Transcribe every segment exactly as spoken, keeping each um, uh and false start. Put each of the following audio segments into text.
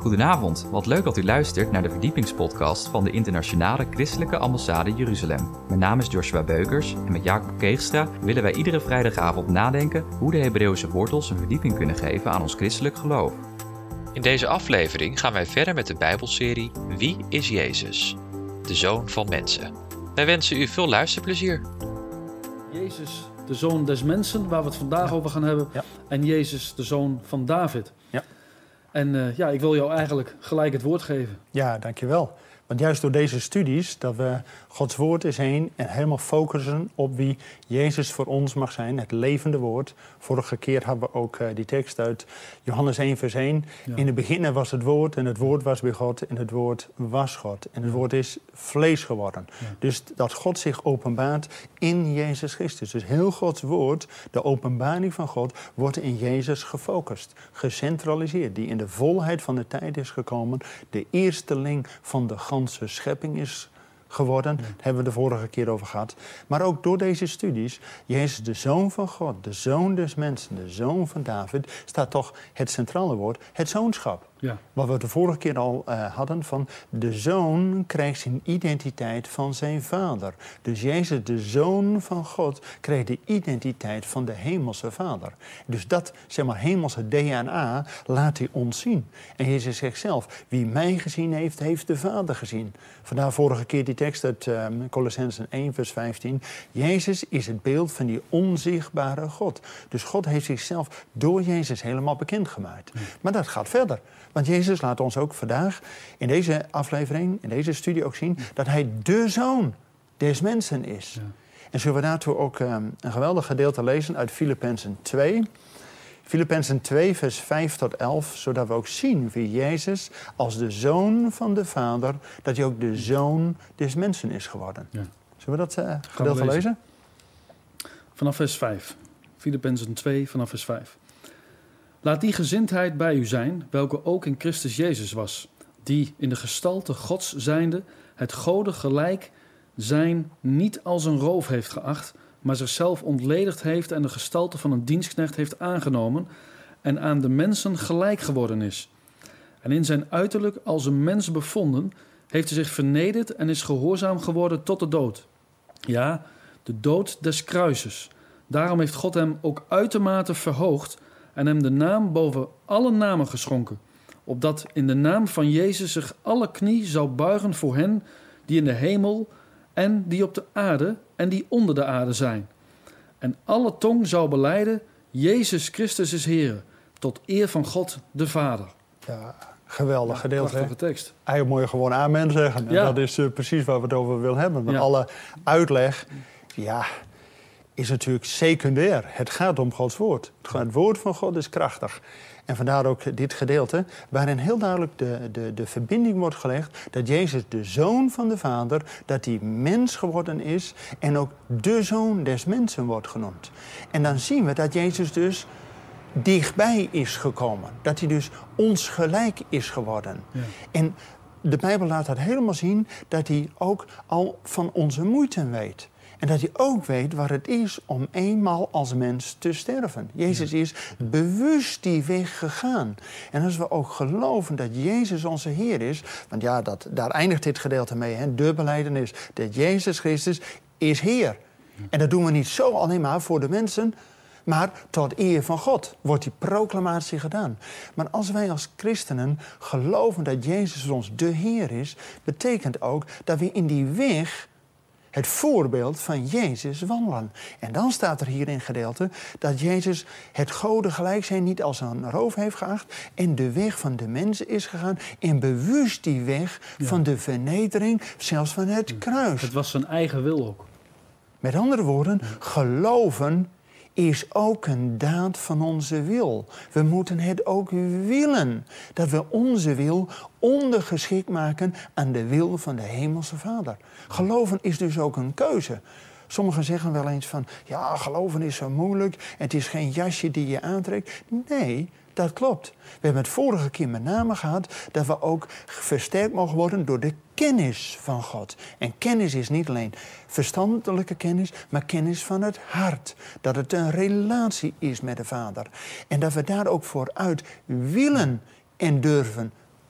Goedenavond, wat leuk dat u luistert naar de verdiepingspodcast van de Internationale Christelijke Ambassade Jeruzalem. Mijn naam is Joshua Beukers en met Jacob Keegstra willen wij iedere vrijdagavond nadenken hoe de Hebreeuwse wortels een verdieping kunnen geven aan ons christelijk geloof. In deze aflevering gaan wij verder met de Bijbelserie Wie is Jezus? De Zoon van Mensen. Wij wensen u veel luisterplezier. Jezus, de Zoon des Mensen, waar we het vandaag ja. over gaan hebben. Ja. En Jezus, de Zoon van David. Ja. En uh, ja, ik wil jou eigenlijk gelijk het woord geven. Ja, dankjewel. Want juist door deze studies, dat we Gods woord is heen en helemaal focussen op wie Jezus voor ons mag zijn, het levende woord. Vorige keer hadden we ook uh, die tekst uit Johannes één vers één. Ja. In het begin was het woord en het woord was bij God en het woord was God. En het woord is vlees geworden. Ja. Dus dat God zich openbaart in Jezus Christus. Dus heel Gods woord, de openbaring van God, wordt in Jezus gefocust, gecentraliseerd. Die in de volheid van de tijd is gekomen, de eersteling van de ganse schepping is geworden. Daar hebben we de vorige keer over gehad. Maar ook door deze studies, Jezus de Zoon van God, de Zoon des Mensen, de Zoon van David, staat toch het centrale woord, het zoonschap. Ja. Wat we de vorige keer al uh, hadden van de Zoon krijgt zijn identiteit van zijn Vader. Dus Jezus, de Zoon van God, krijgt de identiteit van de Hemelse Vader. Dus dat, zeg maar, hemelse D N A laat hij ons zien. En Jezus zegt zelf, wie mij gezien heeft, heeft de Vader gezien. Vandaar vorige keer die tekst uit uh, Colossenzen één vers vijftien. Jezus is het beeld van die onzichtbare God. Dus God heeft zichzelf door Jezus helemaal bekendgemaakt. Ja. Maar dat gaat verder. Want Jezus laat ons ook vandaag in deze aflevering, in deze studie ook zien, dat hij de Zoon des Mensen is. Ja. En zullen we daartoe ook um, een geweldig gedeelte lezen uit Filippenzen twee. Filippenzen twee vers vijf tot elf, zodat we ook zien wie Jezus als de Zoon van de Vader, dat hij ook de Zoon des Mensen is geworden. Ja. Zullen we dat uh, gedeelte we lezen? lezen? Vanaf vers vijf. Filippenzen twee vanaf vers vijf. Laat die gezindheid bij u zijn, welke ook in Christus Jezus was, die in de gestalte Gods zijnde het Gode gelijk zijn niet als een roof heeft geacht, maar zichzelf ontledigd heeft en de gestalte van een dienstknecht heeft aangenomen en aan de mensen gelijk geworden is. En in zijn uiterlijk als een mens bevonden, heeft hij zich vernederd en is gehoorzaam geworden tot de dood. Ja, de dood des kruises. Daarom heeft God hem ook uitermate verhoogd en hem de naam boven alle namen geschonken, opdat in de naam van Jezus zich alle knie zou buigen voor hen die in de hemel en die op de aarde en die onder de aarde zijn. En alle tong zou belijden, Jezus Christus is Heer, tot eer van God de Vader. Ja, geweldig ja, gedeelte. Prachtige tekst. Eigenlijk moet je gewoon amen zeggen. En ja. Dat is uh, precies waar we het over willen hebben. Want ja. alle uitleg, ja, is natuurlijk secundair. Het gaat om Gods woord. Het woord van God is krachtig. En vandaar ook dit gedeelte, waarin heel duidelijk de, de, de verbinding wordt gelegd dat Jezus de Zoon van de Vader, dat hij mens geworden is en ook de Zoon des Mensen wordt genoemd. En dan zien we dat Jezus dus dichtbij is gekomen. Dat hij dus ons gelijk is geworden. Ja. En de Bijbel laat dat helemaal zien dat hij ook al van onze moeite weet. En dat hij ook weet wat het is om eenmaal als mens te sterven. Jezus is bewust die weg gegaan. En als we ook geloven dat Jezus onze Heer is, want ja, dat, daar eindigt dit gedeelte mee, hè, de belijdenis, dat Jezus Christus is Heer. En dat doen we niet zo alleen maar voor de mensen, maar tot eer van God wordt die proclamatie gedaan. Maar als wij als christenen geloven dat Jezus ons de Heer is, betekent ook dat we in die weg het voorbeeld van Jezus wandelen. En dan staat er hier in gedeelte dat Jezus het Gode gelijk zijn niet als een roof heeft geacht en de weg van de mensen is gegaan en bewust die weg ja. van de vernedering, zelfs van het kruis. Het was zijn eigen wil ook. Met andere woorden, geloven is ook een daad van onze wil. We moeten het ook willen. Dat we onze wil ondergeschikt maken aan de wil van de Hemelse Vader. Geloven is dus ook een keuze. Sommigen zeggen wel eens van, ja, geloven is zo moeilijk. Het is geen jasje die je aantrekt. Nee, dat klopt. We hebben het vorige keer met name gehad dat we ook versterkt mogen worden door de kennis van God. En kennis is niet alleen verstandelijke kennis, maar kennis van het hart. Dat het een relatie is met de Vader. En dat we daar ook vooruit willen en durven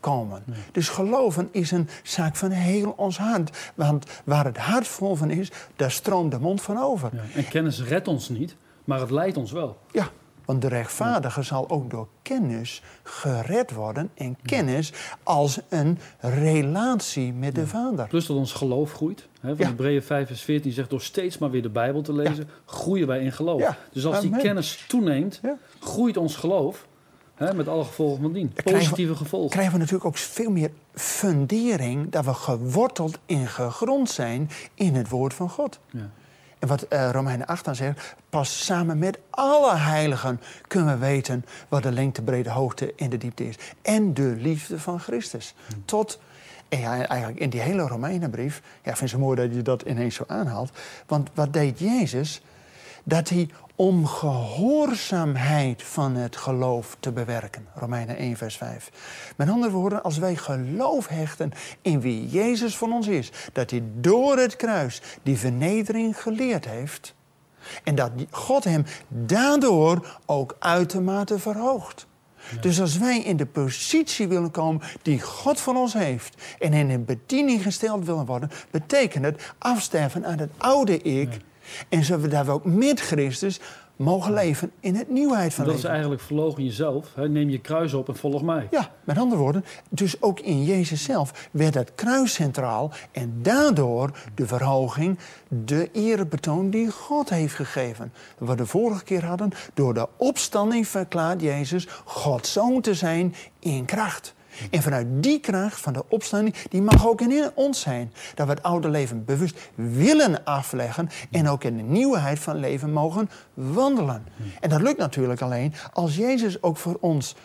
komen. Nee. Dus geloven is een zaak van heel ons hart. Want waar het hart vol van is, daar stroomt de mond van over. Ja. En kennis redt ons niet, maar het leidt ons wel. Ja, want de rechtvaardige zal ook door kennis gered worden. En kennis als een relatie met de Vader. Plus dat ons geloof groeit. Hè, van Ja. Hebreeën vijf vers veertien zegt door steeds maar weer de Bijbel te lezen, groeien wij in geloof. Ja. Dus als die Amen. kennis toeneemt, Ja. groeit ons geloof. Hè, met alle gevolgen van dien. krijgen we- Positieve gevolgen. Krijgen we natuurlijk ook veel meer fundering, dat we geworteld en gegrond zijn in het woord van God. Ja. En wat uh, Romeinen acht dan zegt, pas samen met alle heiligen kunnen we weten wat de lengte, breedte, hoogte en de diepte is. En de liefde van Christus. Hmm. Tot, en ja, eigenlijk in die hele Romeinenbrief, ja, ik vind het zo mooi dat je dat ineens zo aanhaalt. Want wat deed Jezus? Dat hij om gehoorzaamheid van het geloof te bewerken. Romeinen één vers vijf. Met andere woorden, als wij geloof hechten in wie Jezus voor ons is, dat hij door het kruis die vernedering geleerd heeft en dat God hem daardoor ook uitermate verhoogt. Ja. Dus als wij in de positie willen komen die God voor ons heeft en in een bediening gesteld willen worden, betekent het afsterven aan het oude ik. Ja. En zullen we daar ook met Christus mogen leven in het nieuwheid van dat leven. is eigenlijk verloochen jezelf. Hè? Neem je kruis op en volg mij. Ja, met andere woorden, dus ook in Jezus zelf werd het kruis centraal en daardoor de verhoging, de erebetoon die God heeft gegeven. Wat we de vorige keer hadden, door de opstanding verklaart Jezus Gods zoon te zijn in kracht. En vanuit die kracht van de opstanding, die mag ook in ons zijn. Dat we het oude leven bewust willen afleggen en ook in de nieuwheid van leven mogen wandelen. En dat lukt natuurlijk alleen als Jezus ook voor ons,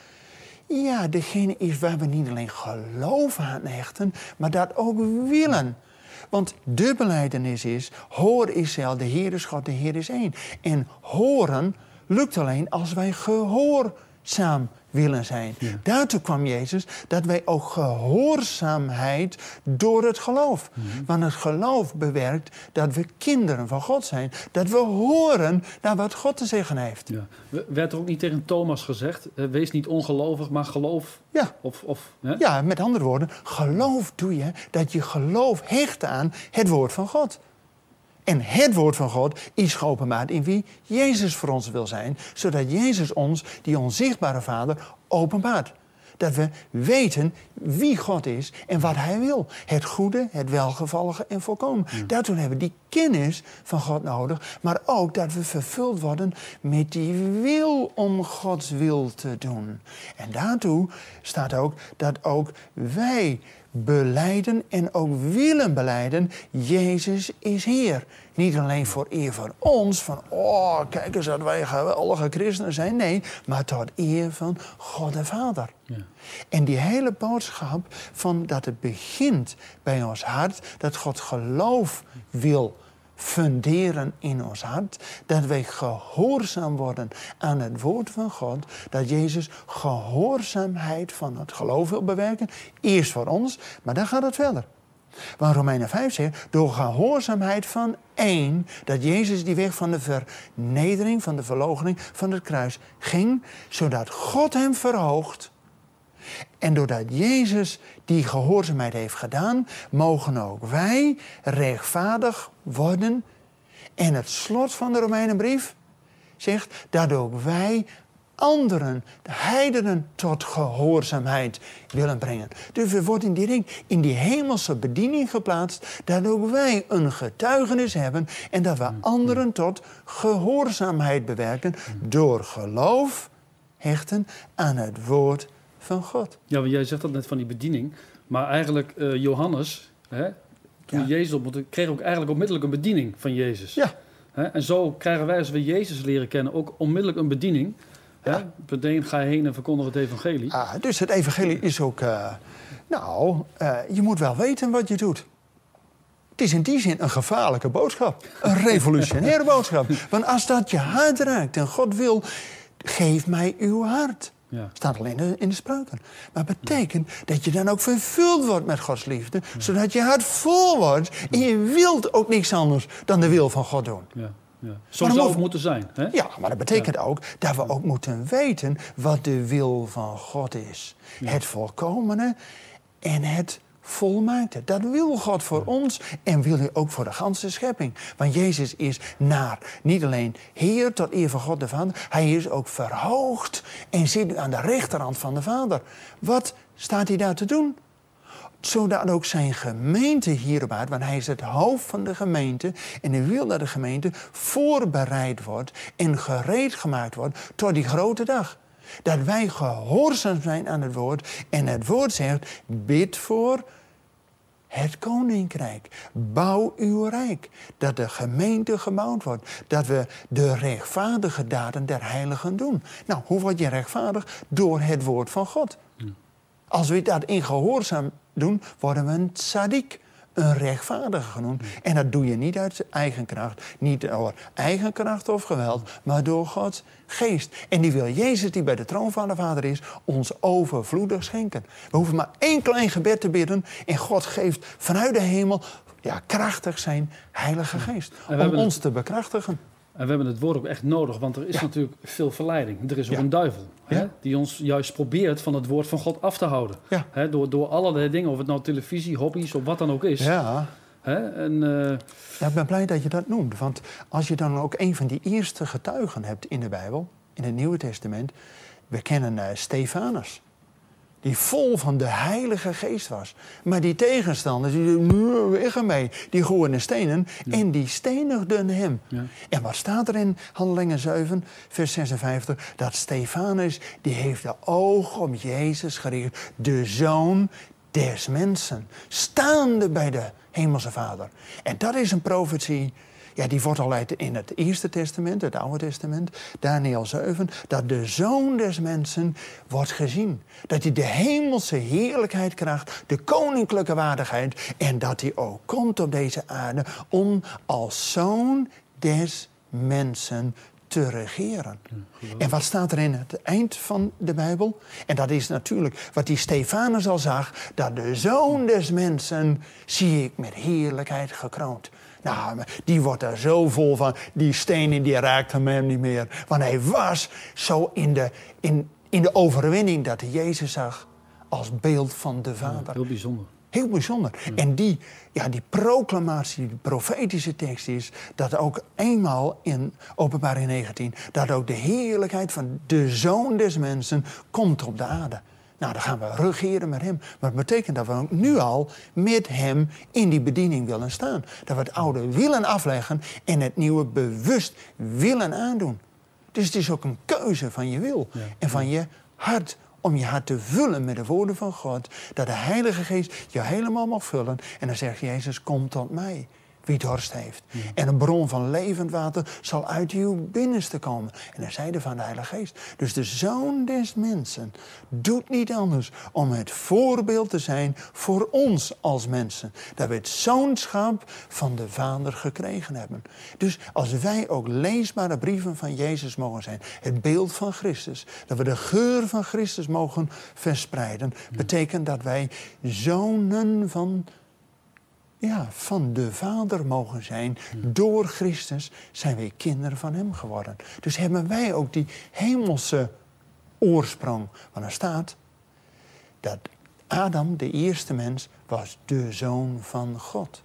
ja, degene is waar we niet alleen geloof aan hechten, maar dat ook willen. Want de belijdenis is, hoor Israël, de Heer is God, de Heer is één. En horen lukt alleen als wij gehoorzaam willen zijn. Ja. Daartoe kwam Jezus dat wij ook gehoorzaamheid door het geloof. Mm-hmm. Want het geloof bewerkt dat we kinderen van God zijn. Dat we horen naar wat God te zeggen heeft. Ja. Werd er ook niet tegen Thomas gezegd, wees niet ongelovig, maar geloof? Ja. Of, of, hè? Ja, met andere woorden, geloof doe je dat je geloof hecht aan het woord van God. En het woord van God is geopenbaard in wie Jezus voor ons wil zijn. Zodat Jezus ons, die onzichtbare Vader, openbaart. Dat we weten wie God is en wat Hij wil. Het goede, het welgevallige en volkomen. Ja. Daartoe hebben we die kennis van God nodig. Maar ook dat we vervuld worden met die wil om Gods wil te doen. En daartoe staat ook dat ook wij belijden en ook willen belijden, Jezus is Heer. Niet alleen voor eer van ons, van oh, kijk eens dat wij geweldige christenen zijn. Nee, maar tot eer van God de Vader. Ja. En die hele boodschap van dat het begint bij ons hart, dat God geloof wil funderen in ons hart, dat wij gehoorzaam worden aan het woord van God, dat Jezus gehoorzaamheid van het geloof wil bewerken, eerst voor ons, maar dan gaat het verder. Want Romeinen vijf zegt, door gehoorzaamheid van één, dat Jezus die weg van de vernedering, van de verloochening, van het kruis ging, zodat God hem verhoogt. En doordat Jezus die gehoorzaamheid heeft gedaan, mogen ook wij rechtvaardig worden. En het slot van de Romeinenbrief zegt dat ook wij anderen, de heidenen, tot gehoorzaamheid willen brengen. Dus we worden direct in die hemelse bediening geplaatst, dat ook wij een getuigenis hebben en dat we anderen tot gehoorzaamheid bewerken door geloof hechten aan het woord van God. Ja, want jij zegt dat net van die bediening. Maar eigenlijk uh, Johannes, hè, toen ja. Jezus ontmoette, kreeg ook eigenlijk onmiddellijk een bediening van Jezus. Ja. Hè, en zo krijgen wij, als we Jezus leren kennen, ook onmiddellijk een bediening. Ja. Meteen ga je heen en verkondig het evangelie. Ah, dus het evangelie is ook, uh, nou, uh, je moet wel weten wat je doet. Het is in die zin een gevaarlijke boodschap. Een revolutionaire boodschap. Want als dat je hart raakt en God wil, geef mij uw hart. Ja. Staat alleen in de, in de spreuken. Maar het betekent ja. dat je dan ook vervuld wordt met Gods liefde. Ja. Zodat je hart vol wordt. En je wilt ook niks anders dan de wil van God doen. Ja. Ja. Zo zou het moeten zijn. Hè? Ja, maar dat betekent ja. ook dat we ook moeten weten wat de wil van God is. Ja. Het volkomene en het volmaakte. Dat wil God voor ja. ons en wil hij ook voor de ganse schepping. Want Jezus is naar, niet alleen Heer tot eer van God de Vader, hij is ook verhoogd en zit nu aan de rechterhand van de Vader. Wat staat hij daar te doen? Zodat ook zijn gemeente hierop uit, want hij is het hoofd van de gemeente en hij wil dat de gemeente voorbereid wordt en gereed gemaakt wordt tot die grote dag. Dat wij gehoorzaam zijn aan het woord en het woord zegt, bid voor het koninkrijk. Bouw uw rijk. Dat de gemeente gebouwd wordt. Dat we de rechtvaardige daden der heiligen doen. Nou, hoe word je rechtvaardig? Door het woord van God. Ja. Als we dat in gehoorzaam doen, worden we een tzaddik, een rechtvaardige genoemd. Ja. En dat doe je niet uit eigen kracht. Niet door eigen kracht of geweld, maar door Gods geest. En die wil Jezus, die bij de troon van de Vader is, ons overvloedig schenken. We hoeven maar één klein gebed te bidden en God geeft vanuit de hemel ja, krachtig zijn heilige geest. Om ons het te bekrachtigen. En we hebben het woord ook echt nodig, want er is ja. natuurlijk veel verleiding. Er is ook ja. een duivel ja. hè, die ons juist probeert van het woord van God af te houden. Ja. Hè, door, door allerlei dingen, of het nou televisie, hobby's of wat dan ook is. Ja. Hè, en, uh... ja, ik ben blij dat je dat noemt. Want als je dan ook een van die eerste getuigen hebt in de Bijbel, in het Nieuwe Testament, we kennen uh, Stefanus. Die vol van de Heilige Geest was. Maar die tegenstanders, die weg ermee. Die gooiden stenen ja. en die stenigden hem. Ja. En wat staat er in Handelingen zeven, vers zesenvijftig? Dat Stefanus, die heeft de ogen op Jezus gericht. De Zoon des mensen. Staande bij de Hemelse Vader. En dat is een profetie. Ja, die wordt al uit in het Eerste Testament, het Oude Testament, Daniël zeven, dat de Zoon des mensen wordt gezien. Dat hij de hemelse heerlijkheid krijgt, de koninklijke waardigheid, en dat hij ook komt op deze aarde om als Zoon des mensen te regeren. Ja, en wat staat er in het eind van de Bijbel? En dat is natuurlijk wat die Stefanus al zag, dat de Zoon des mensen zie ik met heerlijkheid gekroond. Nou, die wordt er zo vol van. Die stenen die raakt hem niet meer. Want hij was zo in de, in, in de overwinning dat hij Jezus zag als beeld van de Vader. Ja, heel bijzonder. Heel bijzonder. Ja. En die, ja, die proclamatie, die profetische tekst is, dat ook eenmaal in Openbaring negentien, dat ook de heerlijkheid van de Zoon des mensen komt op de aarde. Nou, dan gaan we regeren met hem. Maar dat betekent dat we ook nu al met hem in die bediening willen staan. Dat we het oude willen afleggen en het nieuwe bewust willen aandoen. Dus het is ook een keuze van je wil ja. en van je hart. Om je hart te vullen met de woorden van God. Dat de Heilige Geest je helemaal mag vullen. En dan zegt Jezus, kom tot mij. Wie dorst heeft. Ja. En een bron van levend water zal uit uw binnenste komen. En dan zei hij van de Heilige Geest. Dus de Zoon des mensen doet niet anders om het voorbeeld te zijn voor ons als mensen. Dat we het zoonschap van de Vader gekregen hebben. Dus als wij ook leesbare brieven van Jezus mogen zijn. Het beeld van Christus. Dat we de geur van Christus mogen verspreiden. Ja. Betekent dat wij zonen van Ja, van de Vader mogen zijn. Door Christus zijn wij kinderen van hem geworden. Dus hebben wij ook die hemelse oorsprong. Want er staat dat Adam, de eerste mens, was de zoon van God.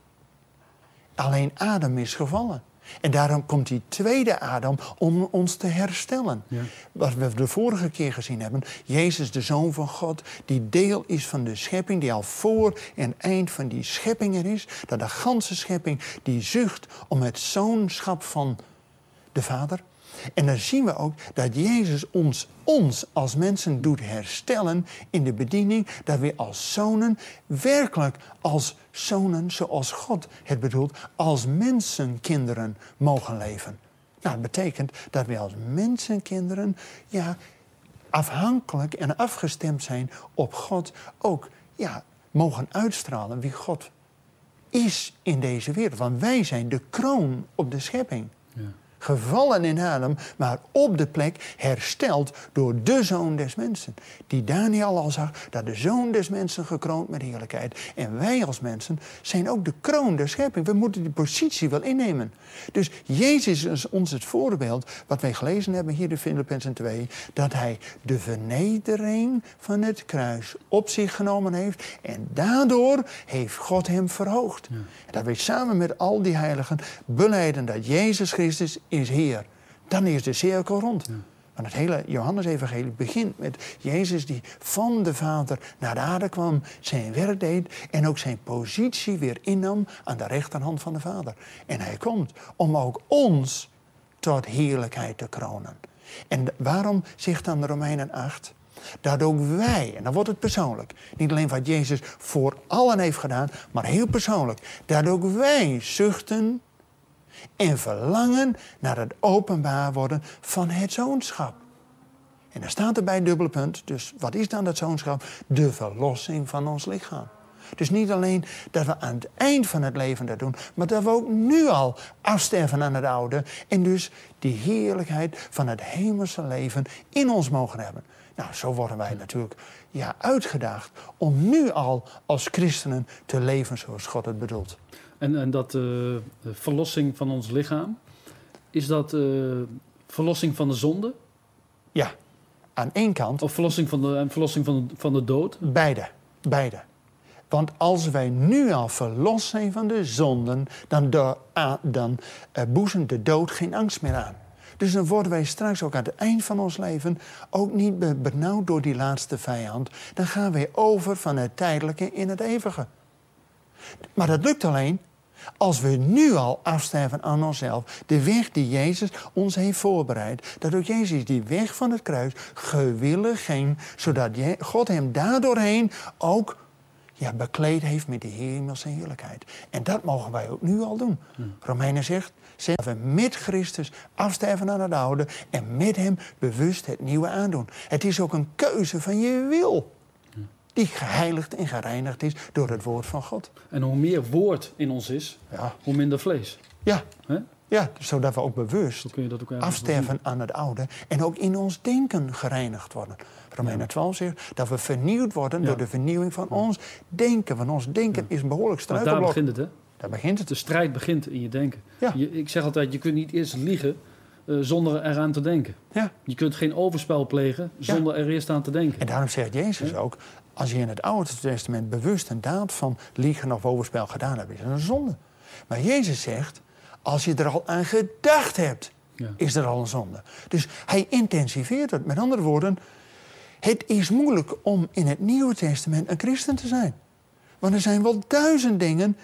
Alleen Adam is gevallen. En daarom komt die tweede Adam om ons te herstellen. Ja. Wat we de vorige keer gezien hebben. Jezus, de Zoon van God, die deel is van de schepping. Die al voor en eind van die schepping er is. Dat de ganse schepping die zucht om het zoonschap van de Vader. En dan zien we ook dat Jezus ons, ons als mensen doet herstellen in de bediening. Dat we als zonen werkelijk als zonen zoals God het bedoelt, als mensenkinderen mogen leven. Nou, dat betekent dat we als mensenkinderen ja, afhankelijk en afgestemd zijn op God. Ook ja, mogen uitstralen wie God is in deze wereld. Want wij zijn de kroon op de schepping. Ja. gevallen in Adam, maar op de plek hersteld door de Zoon des Mensen. Die Daniel al zag, dat de Zoon des Mensen gekroond met heerlijkheid. En wij als mensen zijn ook de kroon der schepping. We moeten die positie wel innemen. Dus Jezus is ons het voorbeeld, wat wij gelezen hebben hier in Filippenzen twee, dat hij de vernedering van het kruis op zich genomen heeft. En daardoor heeft God hem verhoogd. Ja. En dat wij samen met al die heiligen belijden dat Jezus Christus is Heer. Dan is de cirkel rond. Ja. Want het hele Johannes-evangelie begint met Jezus die van de Vader naar de aarde kwam, zijn werk deed en ook zijn positie weer innam aan de rechterhand van de Vader. En hij komt om ook ons tot heerlijkheid te kronen. En waarom zegt dan de Romeinen acht? Dat ook wij, en dan wordt het persoonlijk, niet alleen wat Jezus voor allen heeft gedaan, maar heel persoonlijk, dat ook wij zuchten en verlangen naar het openbaar worden van het zoonschap. En daar staat erbij dubbele punt, dus wat is dan dat zoonschap? De verlossing van ons lichaam. Dus niet alleen dat we aan het eind van het leven dat doen, maar dat we ook nu al afsterven aan het oude en dus die heerlijkheid van het hemelse leven in ons mogen hebben. Nou, zo worden wij natuurlijk ja, uitgedaagd om nu al als christenen te leven zoals God het bedoelt. En, en dat uh, verlossing van ons lichaam, is dat uh, verlossing van de zonde? Ja, aan één kant. Of verlossing van de, verlossing van de, van de dood? Beide, beide. Want als wij nu al verlost zijn van de zonden, dan, de, uh, dan uh, boezemt de dood geen angst meer aan. Dus dan worden wij straks ook aan het eind van ons leven ook niet benauwd door die laatste vijand. Dan gaan wij over van het tijdelijke in het eeuwige. Maar dat lukt alleen als we nu al afsterven aan onszelf. De weg die Jezus ons heeft voorbereid. Dat ook Jezus die weg van het kruis gewillig ging, zodat God hem daardoorheen ook ja, bekleed heeft met de hemelse heerlijkheid. En dat mogen wij ook nu al doen. Hmm. Romeinen zegt, zegt dat we met Christus afsterven aan het oude en met hem bewust het nieuwe aandoen. Het is ook een keuze van je wil, die geheiligd en gereinigd is door het woord van God. En hoe meer woord in ons is, ja. hoe minder vlees. Ja, He? ja, zodat we ook bewust kun je dat ook afsterven aan het oude en ook in ons denken gereinigd worden. Romeinen ja. twaalf zegt dat we vernieuwd worden ja. door de vernieuwing van ja. ons denken. Want ons denken ja. is een behoorlijk struikelblok. Daar begint het, hè? Daar begint het. De strijd begint in je denken. Ja. Je, ik zeg altijd, je kunt niet eerst liegen uh, zonder eraan te denken. Ja. Je kunt geen overspel plegen zonder ja. er eerst aan te denken. En daarom zegt Jezus ja. ook, als je in het Oude Testament bewust een daad van liegen of overspel gedaan hebt, is dat een zonde. Maar Jezus zegt, als je er al aan gedacht hebt, ja. is er al een zonde. Dus hij intensiveert het. Met andere woorden, het is moeilijk om in het Nieuwe Testament een christen te zijn. Want er zijn wel duizend dingen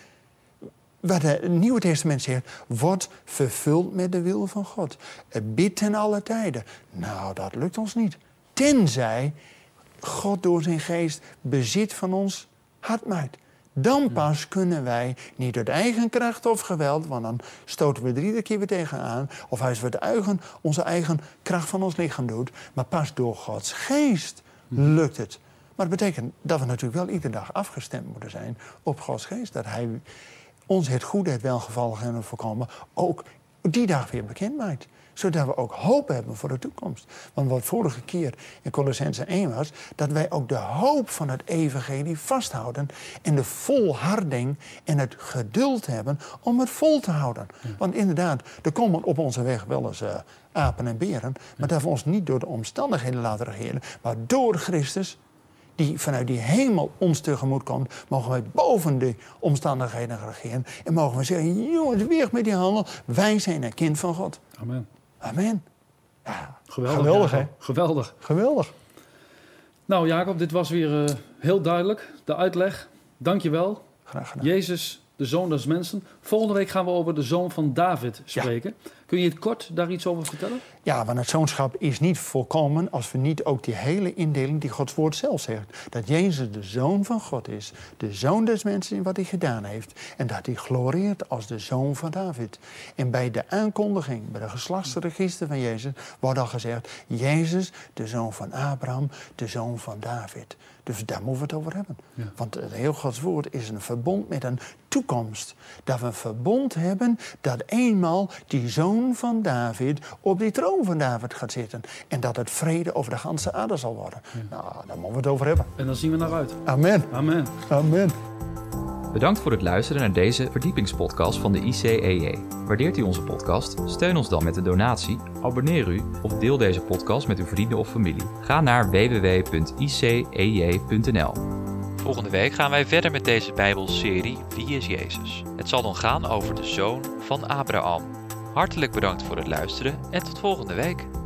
wat het Nieuwe Testament zegt, wordt vervuld met de wil van God. Bid ten alle tijden. Nou, dat lukt ons niet. Tenzij God door zijn geest bezit van ons hart maakt. Dan pas kunnen wij, niet door eigen kracht of geweld, want dan stoten we er iedere keer weer tegenaan, of als we de eigen, onze eigen kracht van ons lichaam doet, maar pas door Gods geest lukt het. Maar dat betekent dat we natuurlijk wel iedere dag afgestemd moeten zijn op Gods geest. Dat hij ons het goede, het welgevallige en het voorkomen ook die dag weer bekend maakt. Zodat we ook hoop hebben voor de toekomst. Want wat vorige keer in Colossenzen één was, dat wij ook de hoop van het evangelie vasthouden en de volharding en het geduld hebben om het vol te houden. Ja. Want inderdaad, er komen op onze weg wel eens uh, apen en beren, maar ja. dat we ons niet door de omstandigheden laten regeren, maar door Christus, die vanuit die hemel ons tegemoet komt, mogen wij boven de omstandigheden regeren en mogen we zeggen, jongens, weg met die handel, wij zijn een kind van God. Amen. Amen. Ja, geweldig, geweldig, hè? Geweldig. Geweldig. Nou, Jacob, dit was weer uh, heel duidelijk. De uitleg. Dank je wel. Graag gedaan. Jezus, de Zoon des Mensen. Volgende week gaan we over de Zoon van David spreken. Ja. Kun je het kort daar iets over vertellen? Ja, want het zoonschap is niet volkomen als we niet ook die hele indeling die Gods woord zelf zegt. Dat Jezus de Zoon van God is, de Zoon des Mensen in wat hij gedaan heeft. En dat hij gloreert als de Zoon van David. En bij de aankondiging, bij de geslachtsregister van Jezus, wordt al gezegd, Jezus, de Zoon van Abraham, de Zoon van David. Dus daar moeten we het over hebben. Ja. Want het heel Gods woord is een verbond met een toekomst. Dat we een verbond hebben dat eenmaal die Zoon zoon van David op die troon van David gaat zitten. En dat het vrede over de ganse aarde zal worden. Ja. Nou, daar moeten we het over hebben. En daar zien we naar uit. Amen. Amen. Amen. Bedankt voor het luisteren naar deze verdiepingspodcast van de I C E J. Waardeert u onze podcast? Steun ons dan met een donatie, abonneer u of deel deze podcast met uw vrienden of familie. Ga naar w w w punt i c e j punt n l. Volgende week gaan wij verder met deze Bijbelserie Wie is Jezus? Het zal dan gaan over de zoon van Abraham. Hartelijk bedankt voor het luisteren en tot volgende week.